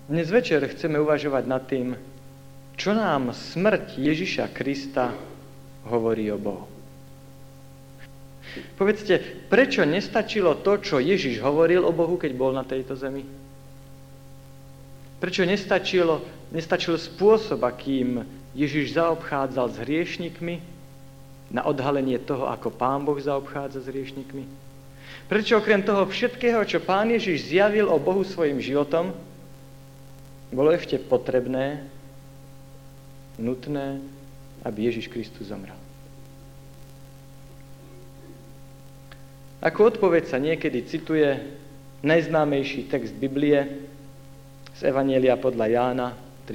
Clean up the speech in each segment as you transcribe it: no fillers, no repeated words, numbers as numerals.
Dnes večer chceme uvažovať nad tým, čo nám smrť Ježiša Krista hovorí o Bohu. Povedzte, prečo nestačilo to, čo Ježiš hovoril o Bohu, keď bol na tejto zemi? Prečo nestačil spôsob, akým Ježiš zaobchádzal s hriešnikmi, na odhalenie toho, ako Pán Boh zaobchádza s hriešnikmi? Prečo okrem toho všetkého, čo Pán Ježiš zjavil o Bohu svojim životom, bolo ešte potrebné, nutné, aby Ježiš Kristus zomrel? Ako odpoveď sa niekedy cituje najznámejší text Biblie z Evanjelia podľa Jána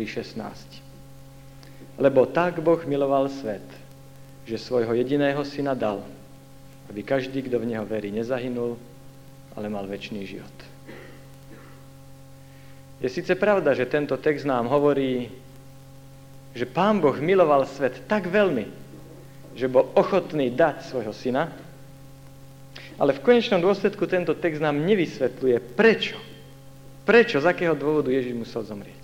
3.16. Lebo tak Boh miloval svet, že svojho jediného syna dal, aby každý, kto v neho verí, nezahynul, ale mal večný život. Je síce pravda, že tento text nám hovorí, že Pán Boh miloval svet tak veľmi, že bol ochotný dať svojho syna, ale v konečnom dôsledku tento text nám nevysvetľuje, prečo, z akého dôvodu Ježiš musel zomrieť.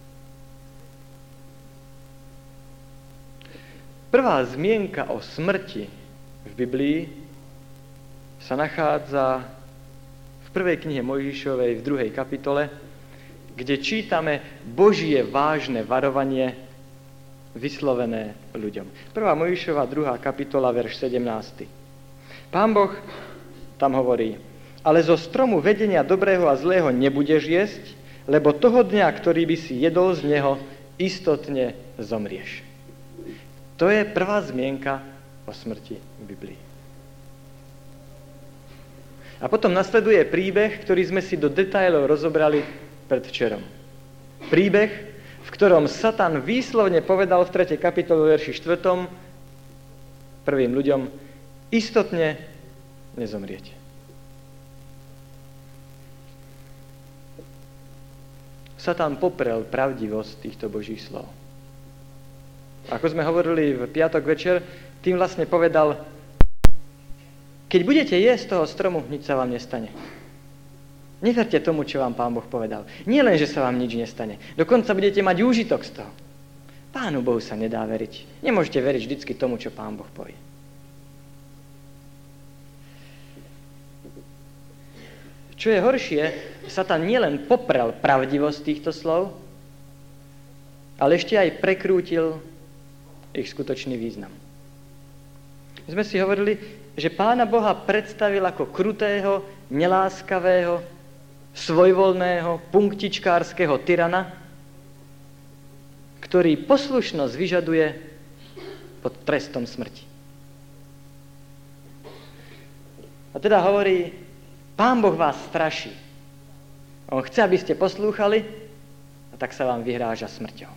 Prvá zmienka o smrti v Biblii sa nachádza v prvej knihe Mojžišovej v 2. kapitole, kde čítame Božie vážne varovanie vyslovené ľuďom. 1. Mojžišova 2. kapitola, verš 17. Pán Boh tam hovorí: ale zo stromu vedenia dobrého a zlého nebudeš jesť, lebo toho dňa, ktorý by si jedol z neho, istotne zomrieš. To je prvá zmienka o smrti v Biblii. A potom nasleduje príbeh, ktorý sme si do detailov rozobrali predvčerom. Príbeh, v ktorom Satan výslovne povedal v 3. kapitole verši 4. prvým ľuďom: istotne nezomriete. Satan poprel pravdivosť týchto Božích slov. Ako sme hovorili v piatok večer, tým vlastne povedal: keď budete jesť z toho stromu, nič sa vám nestane. Neverte tomu, čo vám Pán Boh povedal. Nie len, že sa vám nič nestane, dokonca budete mať úžitok z toho. Pánu Bohu sa nedá veriť. Nemôžete veriť vždycky tomu, čo Pán Boh povie. Čo je horšie, Satan nielen poprel pravdivosť týchto slov, ale ešte aj prekrútil ich skutočný význam. My sme si hovorili, že Pána Boha predstavil ako krutého, neláskavého, svojvoľného, punktičkárskeho tyrana, ktorý poslušnosť vyžaduje pod trestom smrti. A teda hovorí: Pán Boh vás straší. On chce, aby ste poslúchali, a tak sa vám vyhráža smrťou.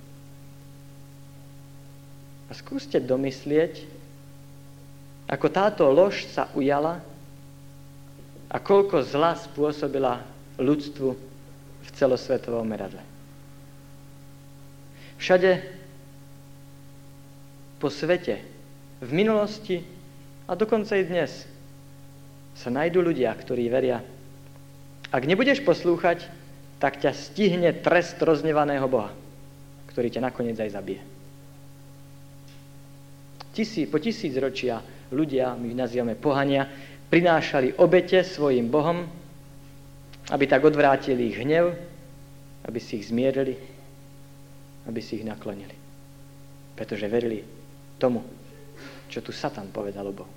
A skúste domyslieť, ako táto lož sa ujala a koľko zla spôsobila ľudstvu v celosvetovom meradle. Všade po svete, v minulosti a dokonca i dnes sa nájdú ľudia, ktorí veria: ak nebudeš poslúchať, tak ťa stihne trest roznevaného Boha, ktorý ťa nakoniec aj zabije. Po tisícročia ľudia, my ich nazývame pohania, prinášali obete svojim bohom, aby tak odvrátili ich hnev, aby si ich zmierili, aby si ich naklonili. Pretože verili tomu, čo tu Satan povedal o Bohu.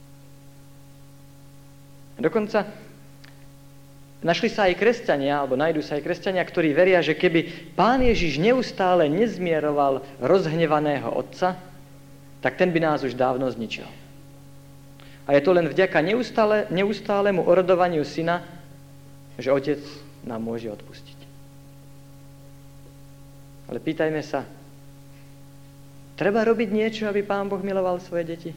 Dokonca našli sa aj kresťania, alebo nájdú sa aj kresťania, ktorí veria, že keby Pán Ježiš neustále nezmieroval rozhnevaného Otca, tak ten by nás už dávno zničil. A je to len vďaka neustálemu orodovaniu Syna, že Otec nám môže odpustiť. Ale pýtajme sa, treba robiť niečo, aby Pán Boh miloval svoje deti?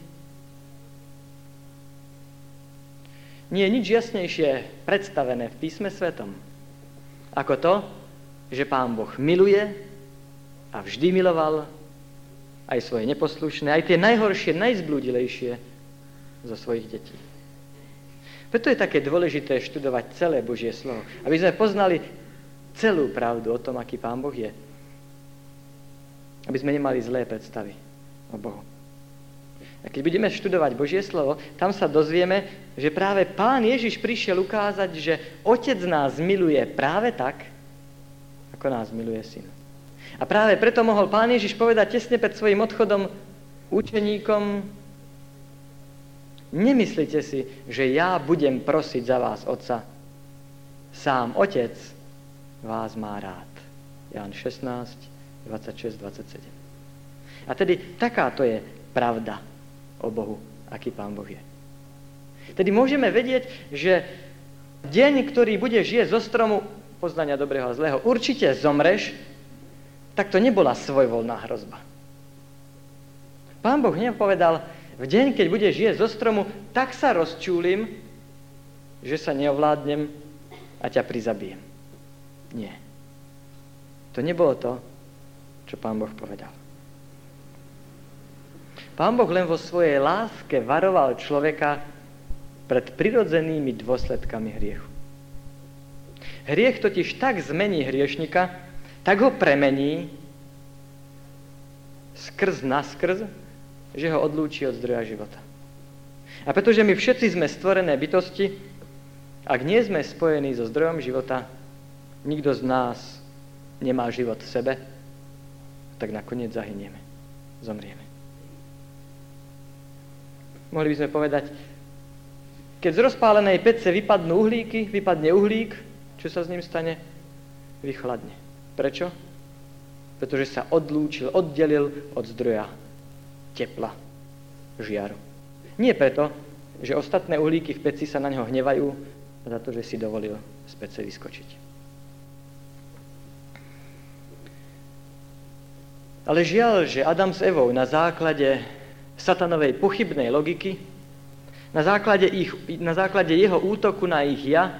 Nie je nič jasnejšie predstavené v Písme Svetom ako to, že Pán Boh miluje a vždy miloval aj svoje neposlušné, aj tie najhoršie, najzblúdilejšie zo svojich detí. Preto je také dôležité študovať celé Božie slovo, aby sme poznali celú pravdu o tom, aký Pán Boh je. Aby sme nemali zlé predstavy o Bohu. A keď budeme študovať Božie slovo, tam sa dozvieme, že práve Pán Ježiš prišiel ukázať, že Otec nás miluje práve tak, ako nás miluje Syn. A práve preto mohol Pán Ježiš povedať tesne pred svojím odchodom učeníkom: nemyslite si, že ja budem prosiť za vás Otca. Sám Otec vás má rád. Ján 16, 26, 27. A tedy takáto je pravda o Bohu, aký Pán Boh je. Tedy môžeme vedieť, že deň, ktorý budeš jesť zo stromu poznania dobrého a zlého, určite zomreš, tak to nebola svojvoľná hrozba. Pán Boh nepovedal: v deň, keď budeš jesť zo stromu, tak sa rozčúlim, že sa neovládnem a ťa prizabijem. Nie. To nebolo to, čo Pán Boh povedal. Pán Boh len vo svojej láske varoval človeka pred prirodzenými dôsledkami hriechu. Hriech totiž tak zmení hriešnika, tak ho premení skrz naskrz, že ho odlúči od zdroja života. A pretože my všetci sme stvorené bytosti, ak nie sme spojení so zdrojom života, nikto z nás nemá život v sebe, tak nakoniec zahynieme, zomrieme. Mohli by sme povedať, keď z rozpálenej pece vypadne uhlík, čo sa s ním stane? Vychladne. Prečo? Pretože sa oddelil od zdroja tepla, žiaru. Nie preto, že ostatné uhlíky v peci sa na ňo hnevajú za to, že si dovolil z pece vyskočiť. Ale žiaľ, že Adam s Evou na základe satanovej pochybnej logiky, na základe jeho útoku na ich ja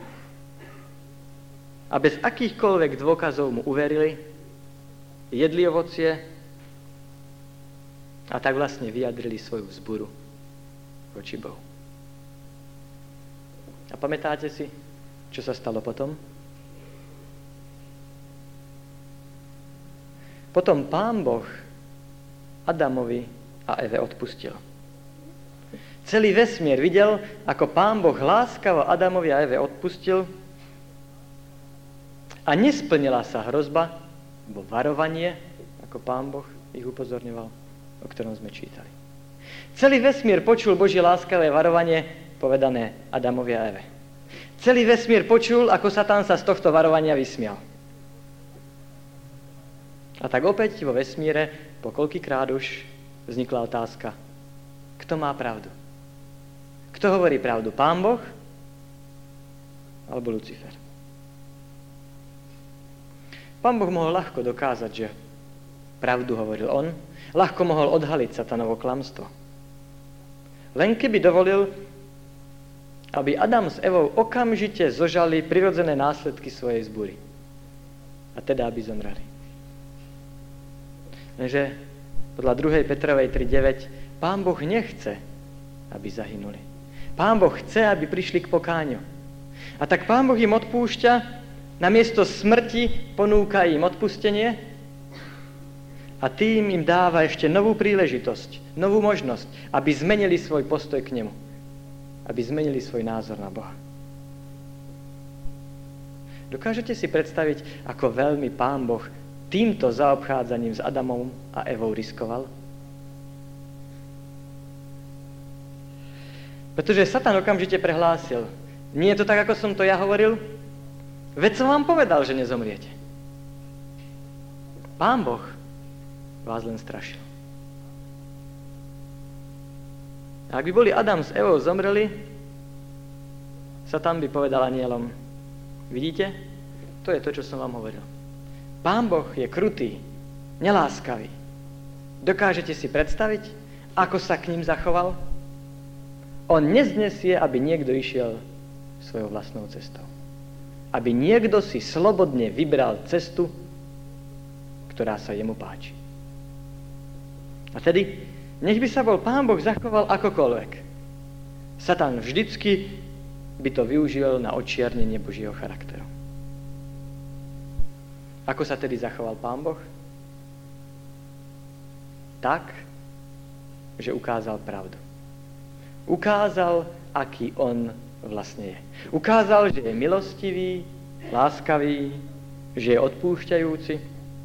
a bez akýchkoľvek dôkazov mu uverili, jedli ovocie a tak vlastne vyjadrili svoju vzburu voči Bohu. A pamätáte si, čo sa stalo potom? Potom Pán Boh Adamovi a Eve odpustil. Celý vesmír videl, ako Pán Boh láskavo Adamovi a Eve odpustil a nesplnila sa hrozba, alebo varovanie, ako Pán Boh ich upozorňoval, o ktorom sme čítali. Celý vesmír počul Božie láskavé varovanie povedané Adamovi a Eve. Celý vesmír počul, ako Satan sa z tohto varovania vysmial. A tak opäť vo vesmíre, po koľkýkrát už vznikla otázka, kto má pravdu? Kto hovorí pravdu? Pán Boh alebo Lucifer? Pán Boh mohol ľahko dokázať, že pravdu hovoril on, ľahko mohol odhaliť satanovo klamstvo. Len keby dovolil, aby Adam s Evou okamžite zožali prirodzené následky svojej zbúry. A teda, aby zomreli. Lenže podľa 2. Petrovej 3.9 Pán Boh nechce, aby zahynuli. Pán Boh chce, aby prišli k pokáňu. A tak Pán Boh im odpúšťa, namiesto smrti ponúka im odpustenie a tým im dáva ešte novú príležitosť, novú možnosť, aby zmenili svoj postoj k nemu. Aby zmenili svoj názor na Boha. Dokážete si predstaviť, ako veľmi Pán Boh týmto zaobchádzaním s Adamom a Evou riskoval? Pretože Satan okamžite prehlásil, nie je to tak, ako som to ja hovoril? Veď som vám povedal, že nezomriete. Pán Boh vás len strašil. A ak by boli Adam s Evou zomreli, Satan by povedal anielom, vidíte, to je to, čo som vám hovoril. Pán Boh je krutý, neláskavý. Dokážete si predstaviť, ako sa k ním zachoval? On neznesie, aby niekto išiel svojou vlastnou cestou. Aby niekto si slobodne vybral cestu, ktorá sa jemu páči. A tedy, nech by sa bol Pán Boh zachoval akokoľvek. Satan vždycky by to využil na odčiernenie Božieho charakteru. Ako sa tedy zachoval Pán Boh? Tak, že ukázal pravdu. Ukázal, aký on vlastne je. Ukázal, že je milostivý, láskavý, že je odpúšťajúci.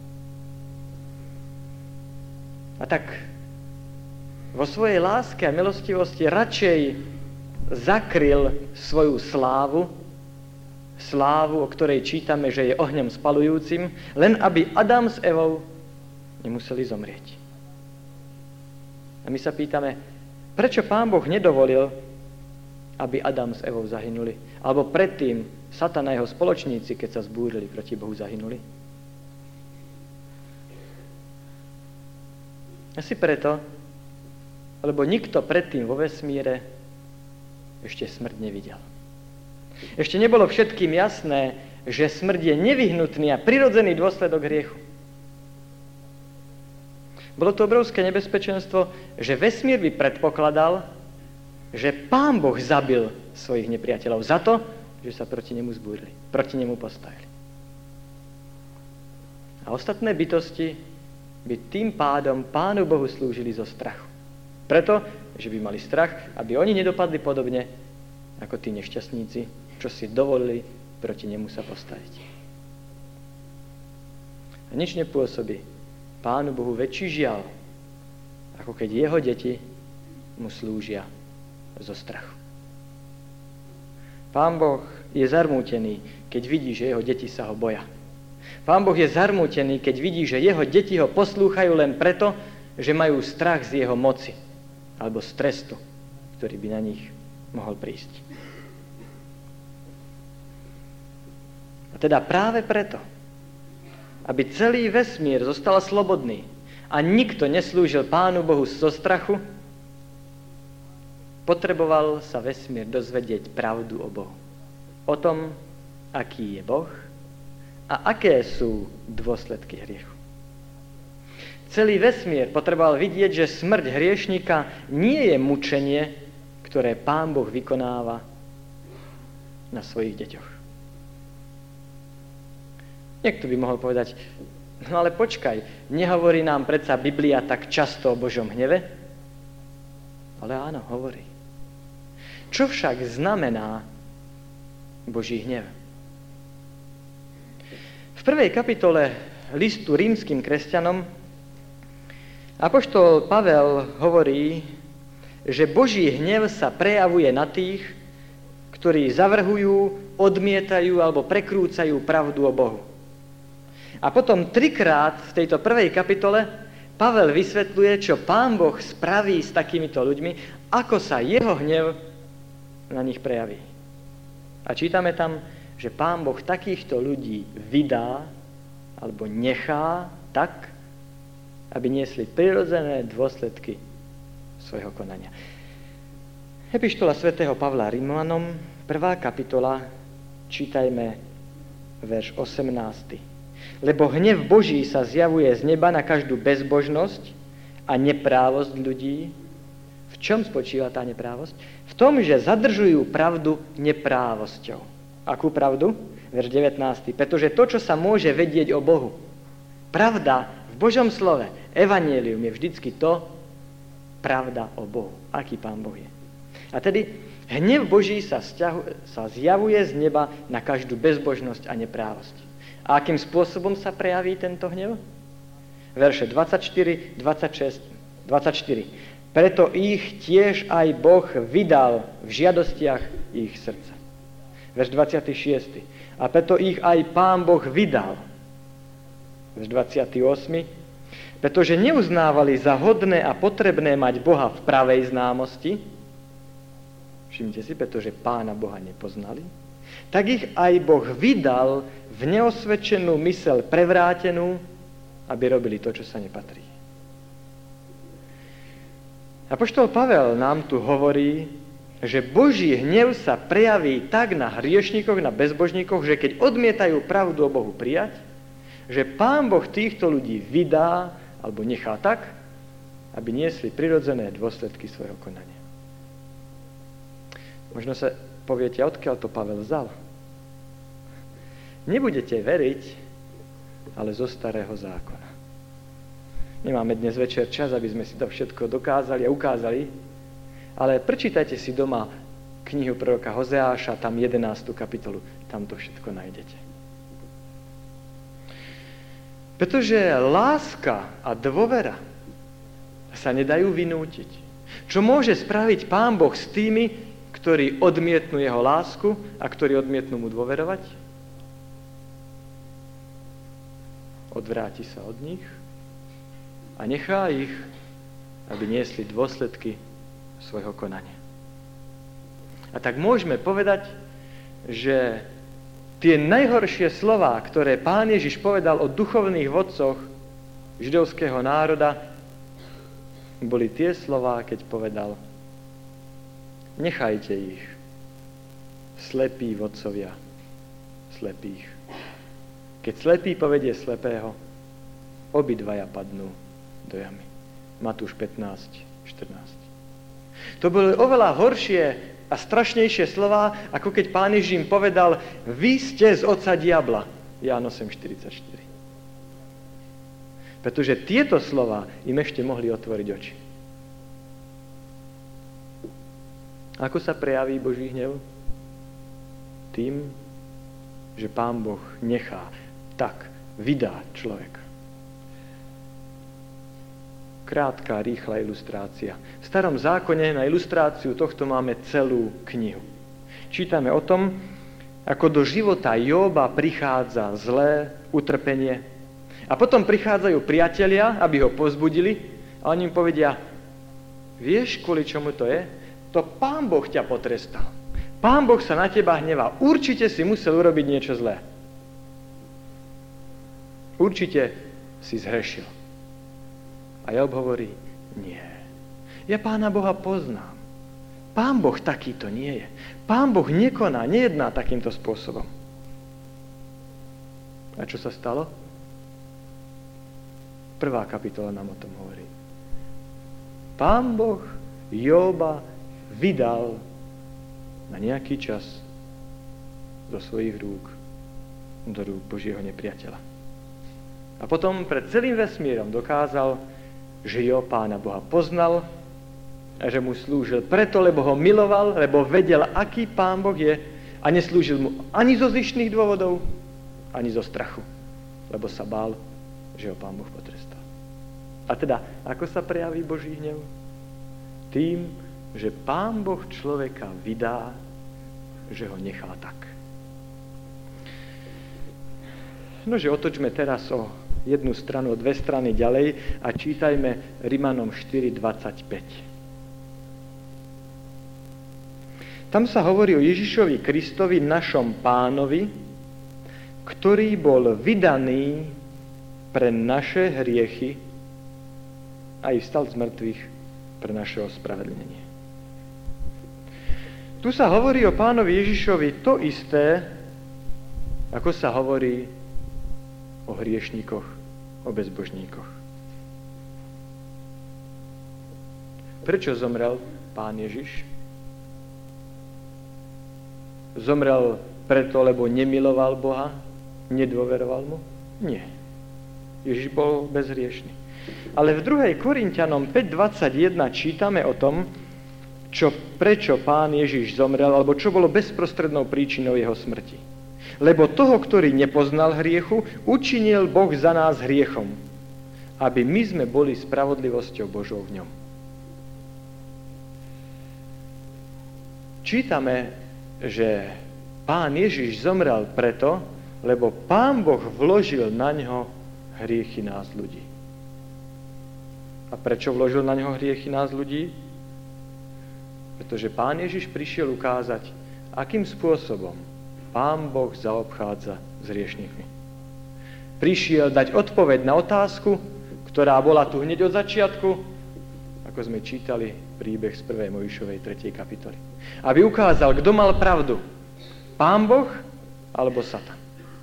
A tak vo svojej láske a milostivosti radšej zakryl svoju slávu, o ktorej čítame, že je ohňom spalujúcim, len aby Adam s Evou nemuseli zomrieť. A my sa pýtame, prečo Pán Boh nedovolil, aby Adam s Evou zahynuli? Alebo predtým Satan a jeho spoločníci, keď sa zbúrili proti Bohu, zahynuli? Asi preto, lebo nikto predtým vo vesmíre ešte smrť nevidel. Ešte nebolo všetkým jasné, že smrť je nevyhnutný a prirodzený dôsledok hriechu. Bolo to obrovské nebezpečenstvo, že vesmír by predpokladal, že Pán Boh zabil svojich nepriateľov za to, že sa proti nemu zbúrili, proti nemu postavili. A ostatné bytosti by tým pádom Pánu Bohu slúžili zo strachu. Preto, že by mali strach, aby oni nedopadli podobne ako tí nešťastníci, čo si dovolili proti nemu sa postaviť. A nič nepôsobí Pánu Bohu väčší žiaľ, ako keď jeho deti mu slúžia zo strachu. Pán Boh je zarmútený, keď vidí, že jeho deti sa ho boja. Pán Boh je zarmútený, keď vidí, že jeho deti ho poslúchajú len preto, že majú strach z jeho moci alebo z trestu, ktorý by na nich mohol prísť. A teda práve preto, aby celý vesmír zostal slobodný a nikto neslúžil Pánu Bohu zo strachu, potreboval sa vesmír dozvedieť pravdu o Bohu. O tom, aký je Boh a aké sú dôsledky hriechu. Celý vesmír potreboval vidieť, že smrť hriešnika nie je mučenie, ktoré Pán Boh vykonáva na svojich deťoch. Niekto by mohol povedať, no ale počkaj, nehovorí nám predsa Biblia tak často o Božom hneve? Ale áno, hovorí. Čo však znamená Boží hnev? V 1. kapitole listu rímskym kresťanom apoštol Pavel hovorí, že Boží hnev sa prejavuje na tých, ktorí zavrhujú, odmietajú alebo prekrúcajú pravdu o Bohu. A potom 3-krát v tejto 1. kapitole Pavel vysvetľuje, čo Pán Boh spraví s takýmito ľuďmi, ako sa jeho hnev na nich prejaví. A čítame tam, že Pán Boh takýchto ľudí vydá alebo nechá tak, aby niesli prirodzené dôsledky svojho konania. Epištola svätého Pavla Rímanom, 1. kapitola, čítajme verš 18. Lebo hnev Boží sa zjavuje z neba na každú bezbožnosť a neprávosť ľudí. V čom spočíva tá neprávosť? V tom, že zadržujú pravdu neprávosťou. Akú pravdu? Verš 19. Pretože to, čo sa môže vedieť o Bohu, pravda v Božom slove, evanjelium je vždycky to, pravda o Bohu. Aký Pán Boh je. A tedy hnev Boží sa zjavuje z neba na každú bezbožnosť a neprávosť. A akým spôsobom sa prejaví tento hnev? Verše 24, 26, 24. Preto ich tiež aj Boh vydal v žiadostiach ich srdca. Verš 26. A preto ich aj Pán Boh vydal. Verš 28. Pretože neuznávali za hodné a potrebné mať Boha v pravej známosti. Všimnite si, pretože Pána Boha nepoznali. Tak ich aj Boh vydal v neosvedčenú myseľ prevrátenú, aby robili to, čo sa nepatrí. Apoštol Pavel nám tu hovorí, že Boží hnev sa prejaví tak na hriešnikoch, na bezbožníkoch, že keď odmietajú pravdu o Bohu prijať, že Pán Boh týchto ľudí vydá alebo nechá tak, aby niesli prirodzené dôsledky svojho konania. Možno sa poviete, odkiaľ to Pavel vzal? Nebudete veriť, ale zo starého zákona. Nemáme dnes večer čas, aby sme si to všetko dokázali a ukázali, ale prečítajte si doma knihu proroka Hozeáša, tam 11. kapitolu, tam to všetko nájdete. Pretože láska a dôvera sa nedajú vynútiť. Čo môže spraviť Pán Boh s tými, ktorí odmietnú jeho lásku a ktorí odmietnú mu dôverovať? Odvráti sa od nich a nechá ich, aby niesli dôsledky svojho konania. A tak môžeme povedať, že tie najhoršie slová, ktoré Pán Ježiš povedal o duchovných vodcoch židovského národa, boli tie slová, keď povedal: nechajte ich, slepí vodcovia slepých. Keď slepý povedie slepého, obidvaja padnú do jamy. Matúš 15:14. To boli oveľa horšie a strašnejšie slová, ako keď Pán Ježiš im povedal: vy ste z otca diabla. Ján 8:44. Pretože tieto slová im ešte mohli otvoriť oči. Ako sa prejaví Boží hnev? Tým, že Pán Boh nechá, vydá človeka. Krátka, rýchla ilustrácia. V starom zákone na ilustráciu tohto máme celú knihu. Čítame o tom, ako do života Jóba prichádza zlé, utrpenie. A potom prichádzajú priatelia, aby ho povzbudili, a oni im povedia: vieš, kvôli čomu to je? To Pán Boh ťa potrestal. Pán Boh sa na teba hnevá. Určite si musel urobiť niečo zlé. Určite si zhrešil. A Job hovorí: nie. Ja Pána Boha poznám. Pán Boh takýto nie je. Pán Boh nekoná, nejedná takýmto spôsobom. A čo sa stalo? 1. kapitola nám o tom hovorí. Pán Boh Jóba vydal na nejaký čas do svojich rúk, do rúk Božieho nepriateľa. A potom pred celým vesmírom dokázal, že Job Pána Boha poznal a že mu slúžil preto, lebo ho miloval, lebo vedel, aký Pán Boh je, a neslúžil mu ani zo zištných dôvodov, ani zo strachu, lebo sa bál, že ho Pán Boh potrestal. A teda, ako sa prejaví Boží hnev? Tým, že Pán Boh človeka vydá, že ho nechá tak. Nože otočme teraz o jednu stranu, o dve strany ďalej a čítajme Rimanom 4:25. Tam sa hovorí o Ježišovi Kristovi, našom Pánovi, ktorý bol vydaný pre naše hriechy a i vstal z mŕtvych pre naše ospravedlnenie. Tu sa hovorí o Pánovi Ježišovi to isté, ako sa hovorí o hriešníkoch, o bezbožníkoch. Prečo zomrel Pán Ježiš? Zomrel preto, lebo nemiloval Boha, nedôveroval mu? Nie. Ježiš bol bezhriešný. Ale v 2. Korinťanom 5:21 čítame o tom, prečo Pán Ježiš zomrel, alebo čo bolo bezprostrednou príčinou jeho smrti. Lebo toho, ktorý nepoznal hriechu, učinil Boh za nás hriechom, aby my sme boli spravodlivosťou Božou v ňom. Čítame, že Pán Ježiš zomrel preto, lebo Pán Boh vložil na ňo hriechy nás ľudí. A prečo vložil na ňo hriechy nás ľudí? Pretože Pán Ježiš prišiel ukázať, akým spôsobom Pán Boh zaobchádza s hriešnikmi. Prišiel dať odpoveď na otázku, ktorá bola tu hneď od začiatku, ako sme čítali príbeh z 1. Mojžišovej 3. kapitoly. Aby ukázal, kto mal pravdu. Pán Boh alebo Satan.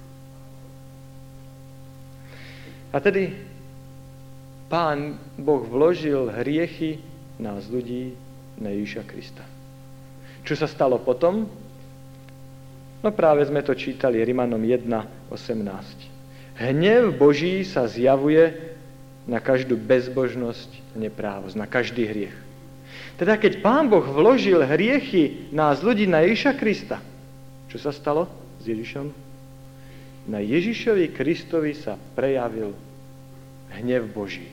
A tedy Pán Boh vložil hriechy nás ľudí na Ježiša Krista. Čo sa stalo potom? No práve sme to čítali Rimanom 1:18. Hnev Boží sa zjavuje na každú bezbožnosť, neprávosť, na každý hriech. Teda keď Pán Boh vložil hriechy nás ľudí na Ježiša Krista, čo sa stalo s Ježišom? Na Ježišovi Kristovi sa prejavil hnev Boží.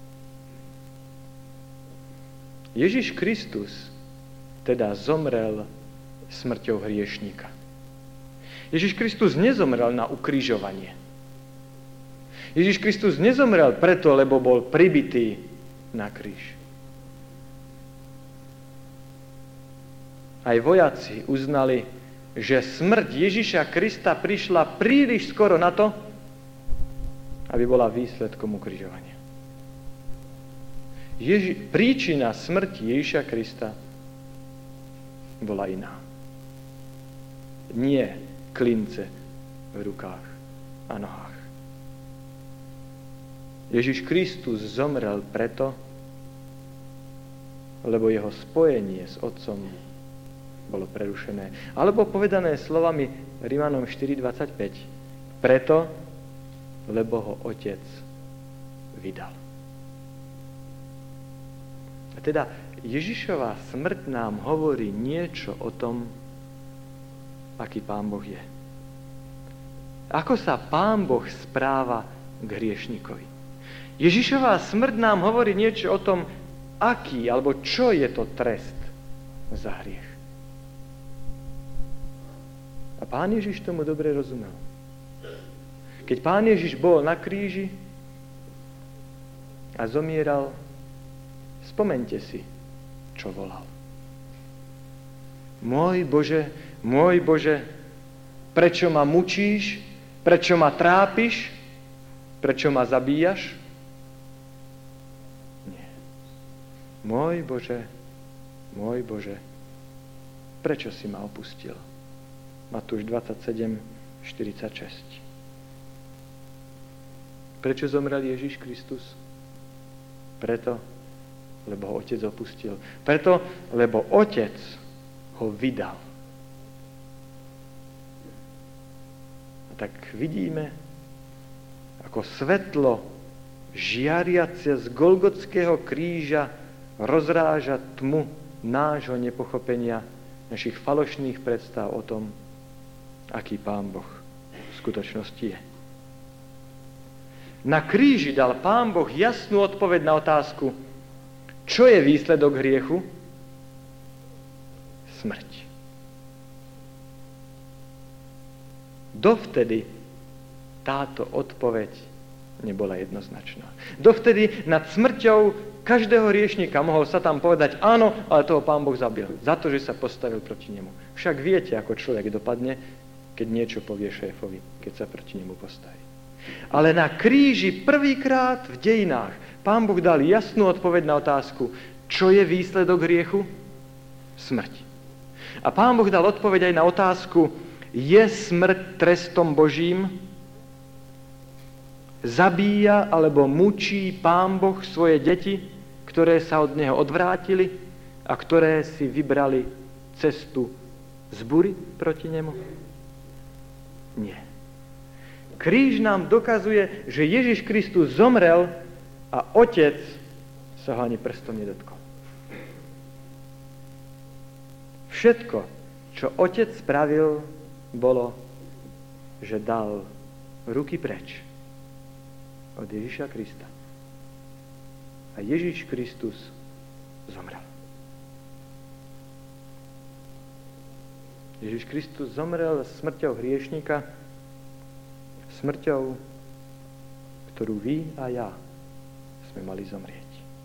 Ježiš Kristus teda zomrel smrťou hriešníka. Ježiš Kristus nezomrel na ukrižovanie. Ježiš Kristus nezomrel preto, lebo bol pribitý na kríž. Aj vojaci uznali, že smrť Ježiša Krista prišla príliš skoro na to, aby bola výsledkom ukrižovania. Príčina smrti Ježiša Krista bola iná. Nie klince v rukách a nohách. Ježiš Kristus zomrel preto, lebo jeho spojenie s Otcom bolo prerušené. Alebo povedané slovami Rimanom 4.25. Preto, lebo ho Otec vydal. A teda Ježišova smrť nám hovorí niečo o tom, aký Pán Boh je. Ako sa Pán Boh správa k hriešnikovi. Ježišova smrť nám hovorí niečo o tom, aký alebo čo je to trest za hriech. A Pán Ježiš tomu dobre rozumel. Keď Pán Ježiš bol na kríži a zomieral, spomeňte si, čo volal. Môj Bože, prečo ma mučíš, prečo ma trápiš, prečo ma zabíjaš? Nie. Môj Bože, prečo si ma opustil? Matúš 27:46. Prečo zomrel Ježiš Kristus? Preto, lebo ho Otec opustil. Preto, lebo Otec ho vydal. A tak vidíme, ako svetlo žiariace z Golgotského kríža rozráža tmu nášho nepochopenia, našich falošných predstav o tom, aký Pán Boh v skutočnosti je. Na kríži dal Pán Boh jasnú odpoveď na otázku, čo je výsledok hriechu? Smrť. Dovtedy táto odpoveď nebola jednoznačná. Dovtedy nad smrťou každého hriešnika mohol Satan povedať áno, ale toho Pán Boh zabil. Za to, že sa postavil proti nemu. Však viete, ako človek dopadne, keď niečo povie šéfovi, keď sa proti nemu postaví. Ale na kríži prvýkrát v dejinách Pán Boh dal jasnú odpoveď na otázku, čo je výsledok hriechu? Smrť. A Pán Boh dal odpoveď aj na otázku, je smrť trestom Božím? Zabíja alebo mučí Pán Boh svoje deti, ktoré sa od Neho odvrátili a ktoré si vybrali cestu zbúry proti Nemu? Nie. Kríž nám dokazuje, že Ježiš Kristus zomrel a Otec sa ho ani prstom nedotkol. Všetko, čo Otec spravil, bolo, že dal ruky preč od Ježiša Krista. A Ježiš Kristus zomrel. Ježiš Kristus zomrel smrťou hriešnika, smrťou, ktorú vy a ja sme mali zomrieť.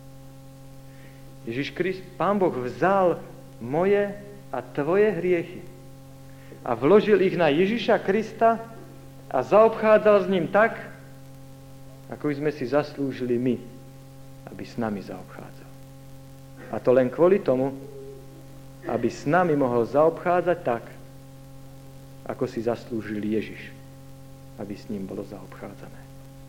Ježiš Kristus, Pán Boh vzal moje a tvoje hriechy a vložil ich na Ježiša Krista a zaobchádzal s ním tak, ako sme si zaslúžili my, aby s nami zaobchádzal. A to len kvôli tomu, aby s nami mohol zaobchádzať tak, ako si zaslúžil Ježiš, aby s ním bolo zaobchádzané.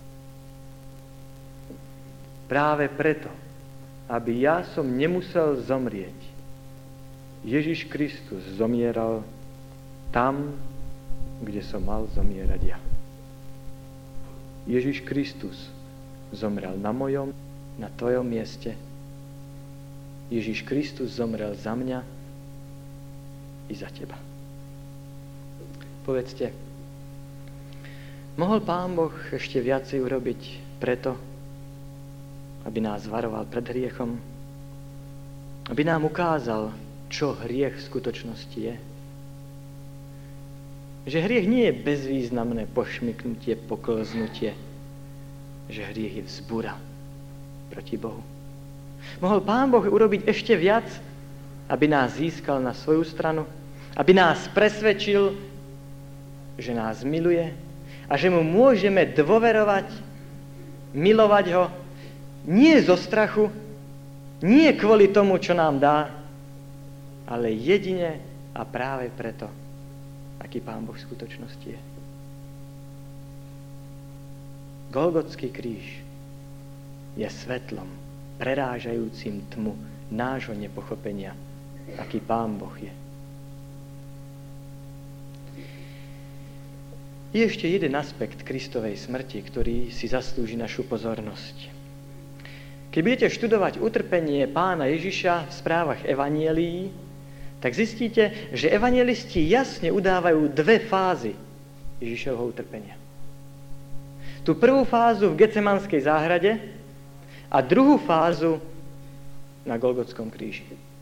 Práve preto, aby ja som nemusel zomrieť, Ježiš Kristus zomieral tam, kde som mal zomierať ja. Ježiš Kristus zomrel na mojom, na tvojom mieste. Ježiš Kristus zomrel za mňa i za teba. Povedzte, mohol Pán Boh ešte viacej urobiť preto, aby nás varoval pred hriechom, aby nám ukázal, čo hriech v skutočnosti je. Že hriech nie je bezvýznamné pošmyknutie, poklznutie, že hriech je vzbúra proti Bohu. Mohol Pán Boh urobiť ešte viac, aby nás získal na svoju stranu, aby nás presvedčil, že nás miluje a že mu môžeme dôverovať, milovať ho, nie zo strachu, nie kvôli tomu, čo nám dá, ale jedine a práve preto, aký Pán Boh v skutočnosti je. Golgotský kríž je svetlom, prerážajúcim tmu nášho nepochopenia, aký Pán Boh je. Je ešte jeden aspekt Kristovej smrti, ktorý si zaslúži našu pozornosť. Keď budete študovať utrpenie Pána Ježiša v správach evanjelií, tak zistíte, že evanjelisti jasne udávajú dve fázy Ježišovho utrpenia. Tú prvú fázu v Getsemanskej záhrade a druhú fázu na Golgotskom kríži.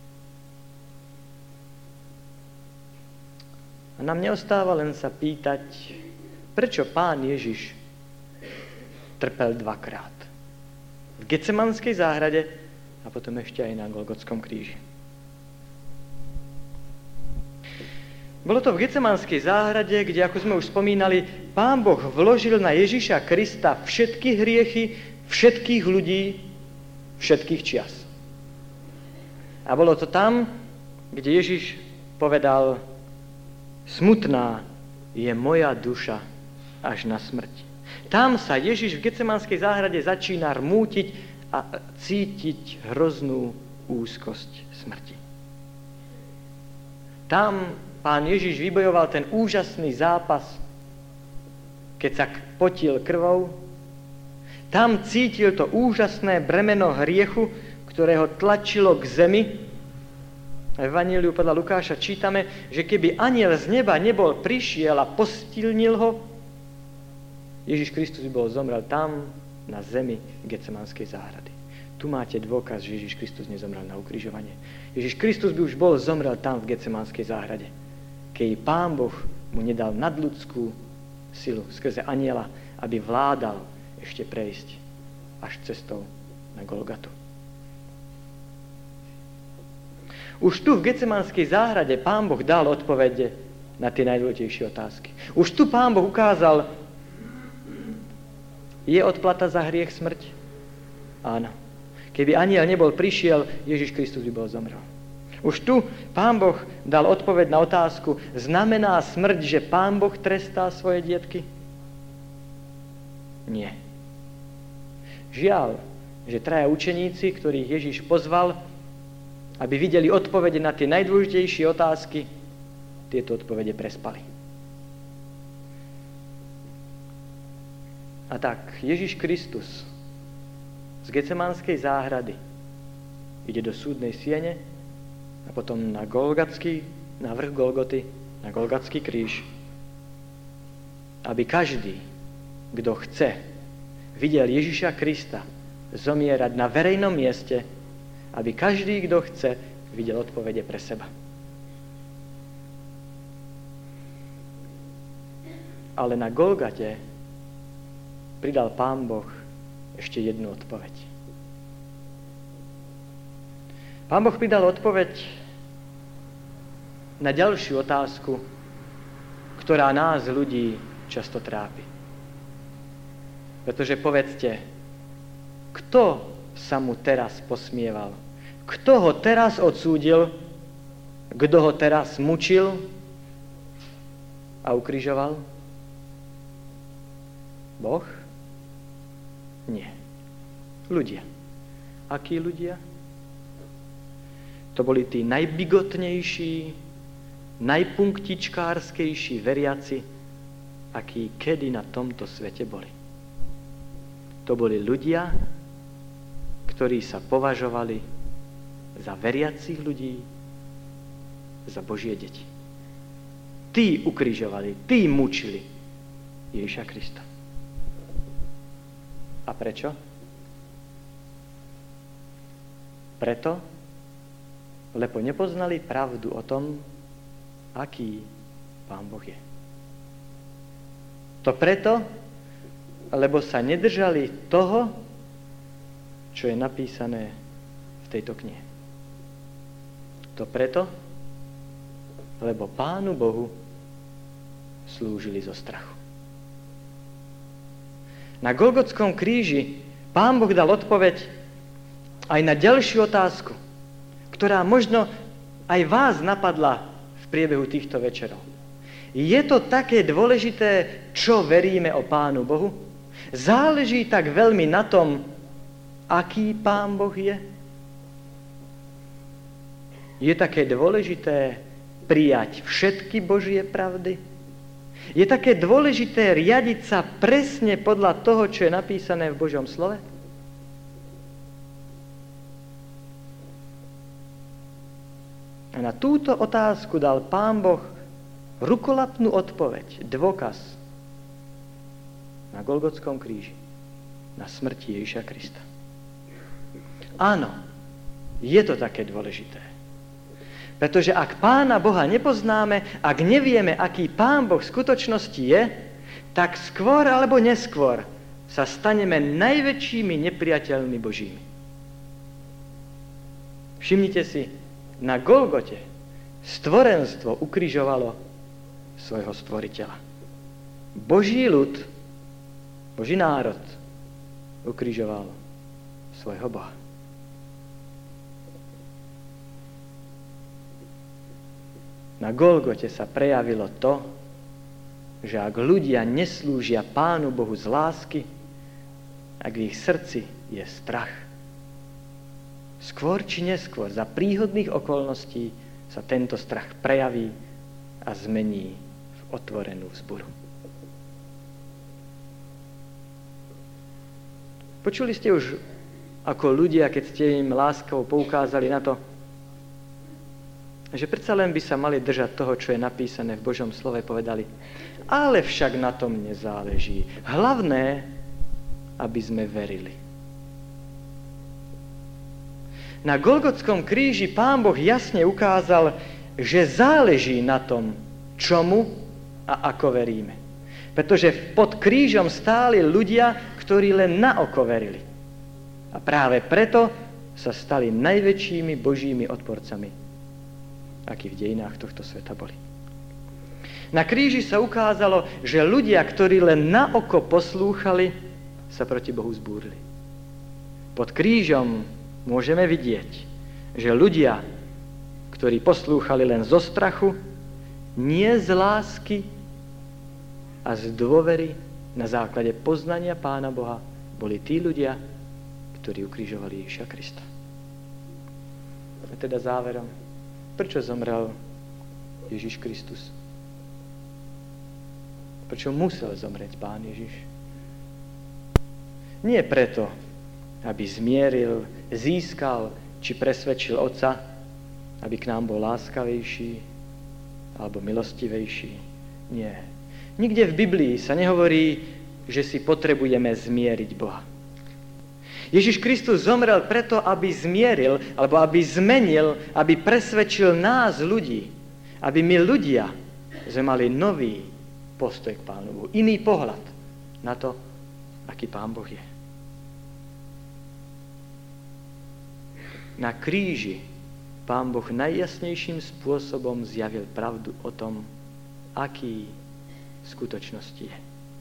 A nám neostáva len sa pýtať, prečo Pán Ježiš trpel dvakrát. V Getsemanskej záhrade a potom ešte aj na Golgotskom kríži. Bolo to v Getsemanskej záhrade, kde, ako sme už spomínali, Pán Boh vložil na Ježiša Krista všetky hriechy všetkých ľudí, všetkých čias. A bolo to tam, kde Ježiš povedal, smutná je moja duša až na smrť. Tam sa Ježiš v Getsemanskej záhrade začína rmútiť a cítiť hroznú úzkosť smrti. Tam Pán Ježiš vybojoval ten úžasný zápas, keď sa potil krvou. Tam cítil to úžasné bremeno hriechu, ktoré ho tlačilo k zemi. V Evanjeliu podľa Lukáša čítame, že keby anjel z neba nebol prišiel a postilnil ho, Ježiš Kristus by bol zomrel tam, na zemi Getsemanskej záhrady. Tu máte dôkaz, že Ježiš Kristus nezomrel na ukrižovanie. Ježiš Kristus by už bol zomrel tam v Getsemanskej záhrade, keď Pán Boh mu nedal nadľudskú silu skrze anjela, aby vládal ešte prejsť až cestou na Golgatu. Už tu v Getsemanskej záhrade Pán Boh dal odpovede na tie najdôležitejšie otázky. Už tu Pán Boh ukázal, je odplata za hriech smrť? Áno. Keby anjel nebol prišiel, Ježiš Kristus by bol zomrel. Už tu Pán Boh dal odpoveď na otázku, znamená smrť, že Pán Boh trestá svoje dietky? Nie. Žiaľ, že traja učeníci, ktorých Ježiš pozval, aby videli odpovede na tie najdôležitejšie otázky, tieto odpovede prespali. A tak Ježiš Kristus z Getsemanskej záhrady ide do súdnej siene a potom na vrch Golgoty, na Golgatský kríž, aby každý, kto chce, videl Ježiša Krista zomierať na verejnom mieste, aby každý, kto chce, videl odpovede pre seba. Ale na Golgate pridal Pán Boh ešte jednu odpoveď. Pán Boh pridal odpoveď na ďalšiu otázku, ktorá nás, ľudí, často trápi. Pretože povedzte, kto sa mu teraz posmieval? Kto ho teraz odsúdil? Kto ho teraz mučil a ukrižoval? Boh? Nie. Ľudia. Akí ľudia? To boli tí najbigotnejší, najpunktičkárskejší veriaci, akí kedy na tomto svete boli. to boli ľudia, ktorí sa považovali za veriacich ľudí, za Božie deti. Tí ukrižovali, tí mučili Ježiša Krista. A prečo? Preto, lebo nepoznali pravdu o tom, aký Pán Boh je. To preto, lebo sa nedržali toho, čo je napísané v tejto knihe. To preto, lebo Pánu Bohu slúžili zo strachu. Na Golgotskom kríži Pán Boh dal odpoveď aj na ďalšiu otázku, ktorá možno aj vás napadla v priebehu týchto večerov. Je to také dôležité, čo veríme o Pánu Bohu? Záleží tak veľmi na tom, aký Pán Boh je? Je také dôležité prijať všetky Božie pravdy? Je také dôležité riadiť sa presne podľa toho, čo je napísané v Božom slove? A na túto otázku dal Pán Boh rukolapnú odpoveď, dôkaz na Golgotskom kríži, na smrti Ježiša Krista. Áno, je to také dôležité. Pretože ak Pána Boha nepoznáme, ak nevieme, aký Pán Boh v skutočnosti je, tak skôr alebo neskôr sa staneme najväčšími nepriateľmi Božími. Všimnite si, na Golgote stvorenstvo ukrižovalo svojho stvoriteľa. Boží ľud, Boží národ ukrižoval svojho Boha. Na Golgote sa prejavilo to, že ak ľudia neslúžia Pánu Bohu z lásky, ak v ich srdci je strach, skôr či neskôr, za príhodných okolností sa tento strach prejaví a zmení v otvorenú vzburu. Počuli ste už, ako ľudia, keď ste im láskavo poukázali na to, že predsa len by sa mali držať toho, čo je napísané v Božom slove, povedali, ale však na tom nezáleží. Hlavné, aby sme verili. Na Golgotskom kríži Pán Boh jasne ukázal, že záleží na tom, čomu a ako veríme. Pretože pod krížom stáli ľudia, ktorí len na oko verili. A práve preto sa stali najväčšími Božími odporcami, akí v dejinách tohto sveta boli. Na kríži sa ukázalo, že ľudia, ktorí len na oko poslúchali, sa proti Bohu zbúrili. Pod krížom môžeme vidieť, že ľudia, ktorí poslúchali len zo strachu, nie z lásky a z dôvery na základe poznania Pána Boha, boli tí ľudia, ktorí ukrižovali Ježiša Krista. A teda záverom, prečo zomrel Ježiš Kristus? Prečo musel zomrieť Pán Ježiš? Nie preto, aby zmieril, získal či presvedčil Otca, aby k nám bol láskavejší alebo milostivejší. Nie. Nikde v Biblii sa nehovorí, že si potrebujeme zmieriť Boha. Ježiš Kristus zomrel preto, aby zmieril, alebo aby zmenil, aby presvedčil nás ľudí, aby my ľudia sme mali nový postoj k Pánu Bohu, iný pohľad na to, aký Pán Boh je. Na kríži Pán Boh najjasnejším spôsobom zjavil pravdu o tom, aký v skutočnosti je.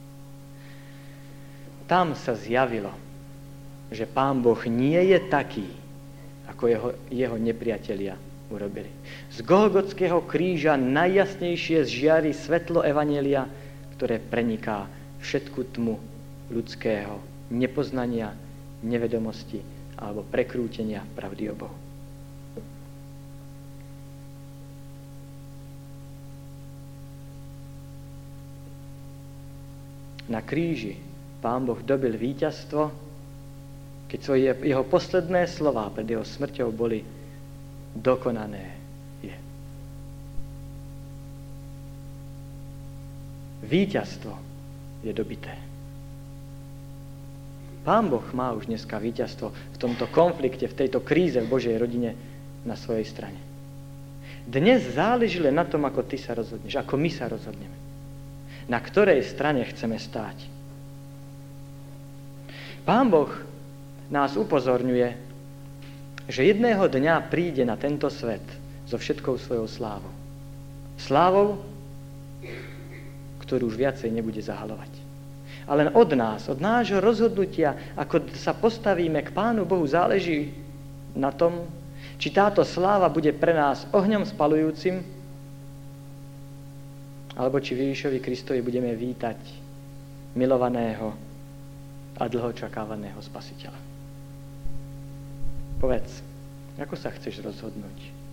Tam sa zjavilo, že Pán Boh nie je taký, ako jeho nepriatelia urobili. Z Golgotského kríža najjasnejšie zžiari svetlo evanjelia, ktoré preniká všetku tmu ľudského nepoznania, nevedomosti alebo prekrútenia pravdy o Bohu. Na kríži Pán Boh dobil víťazstvo, keď jeho posledné slová pred jeho smrťou boli: dokonané je. Víťazstvo je dobité. Pán Boh má už dneska víťazstvo v tomto konflikte, v tejto kríze v Božej rodine na svojej strane. Dnes záleží len na tom, ako ty sa rozhodneš, ako my sa rozhodneme. Na ktorej strane chceme stáť. Pán Boh nás upozorňuje, že jedného dňa príde na tento svet so všetkou svojou slávou. Slávou, ktorú už viacej nebude zahaľovať. A len od nás, od nášho rozhodnutia, ako sa postavíme k Pánu Bohu, záleží na tom, či táto sláva bude pre nás ohňom spalujúcim, alebo či Ježišovi Kristovi budeme vítať milovaného a dlho očakávaného Spasiteľa. Povedz, ako sa chceš rozhodnúť?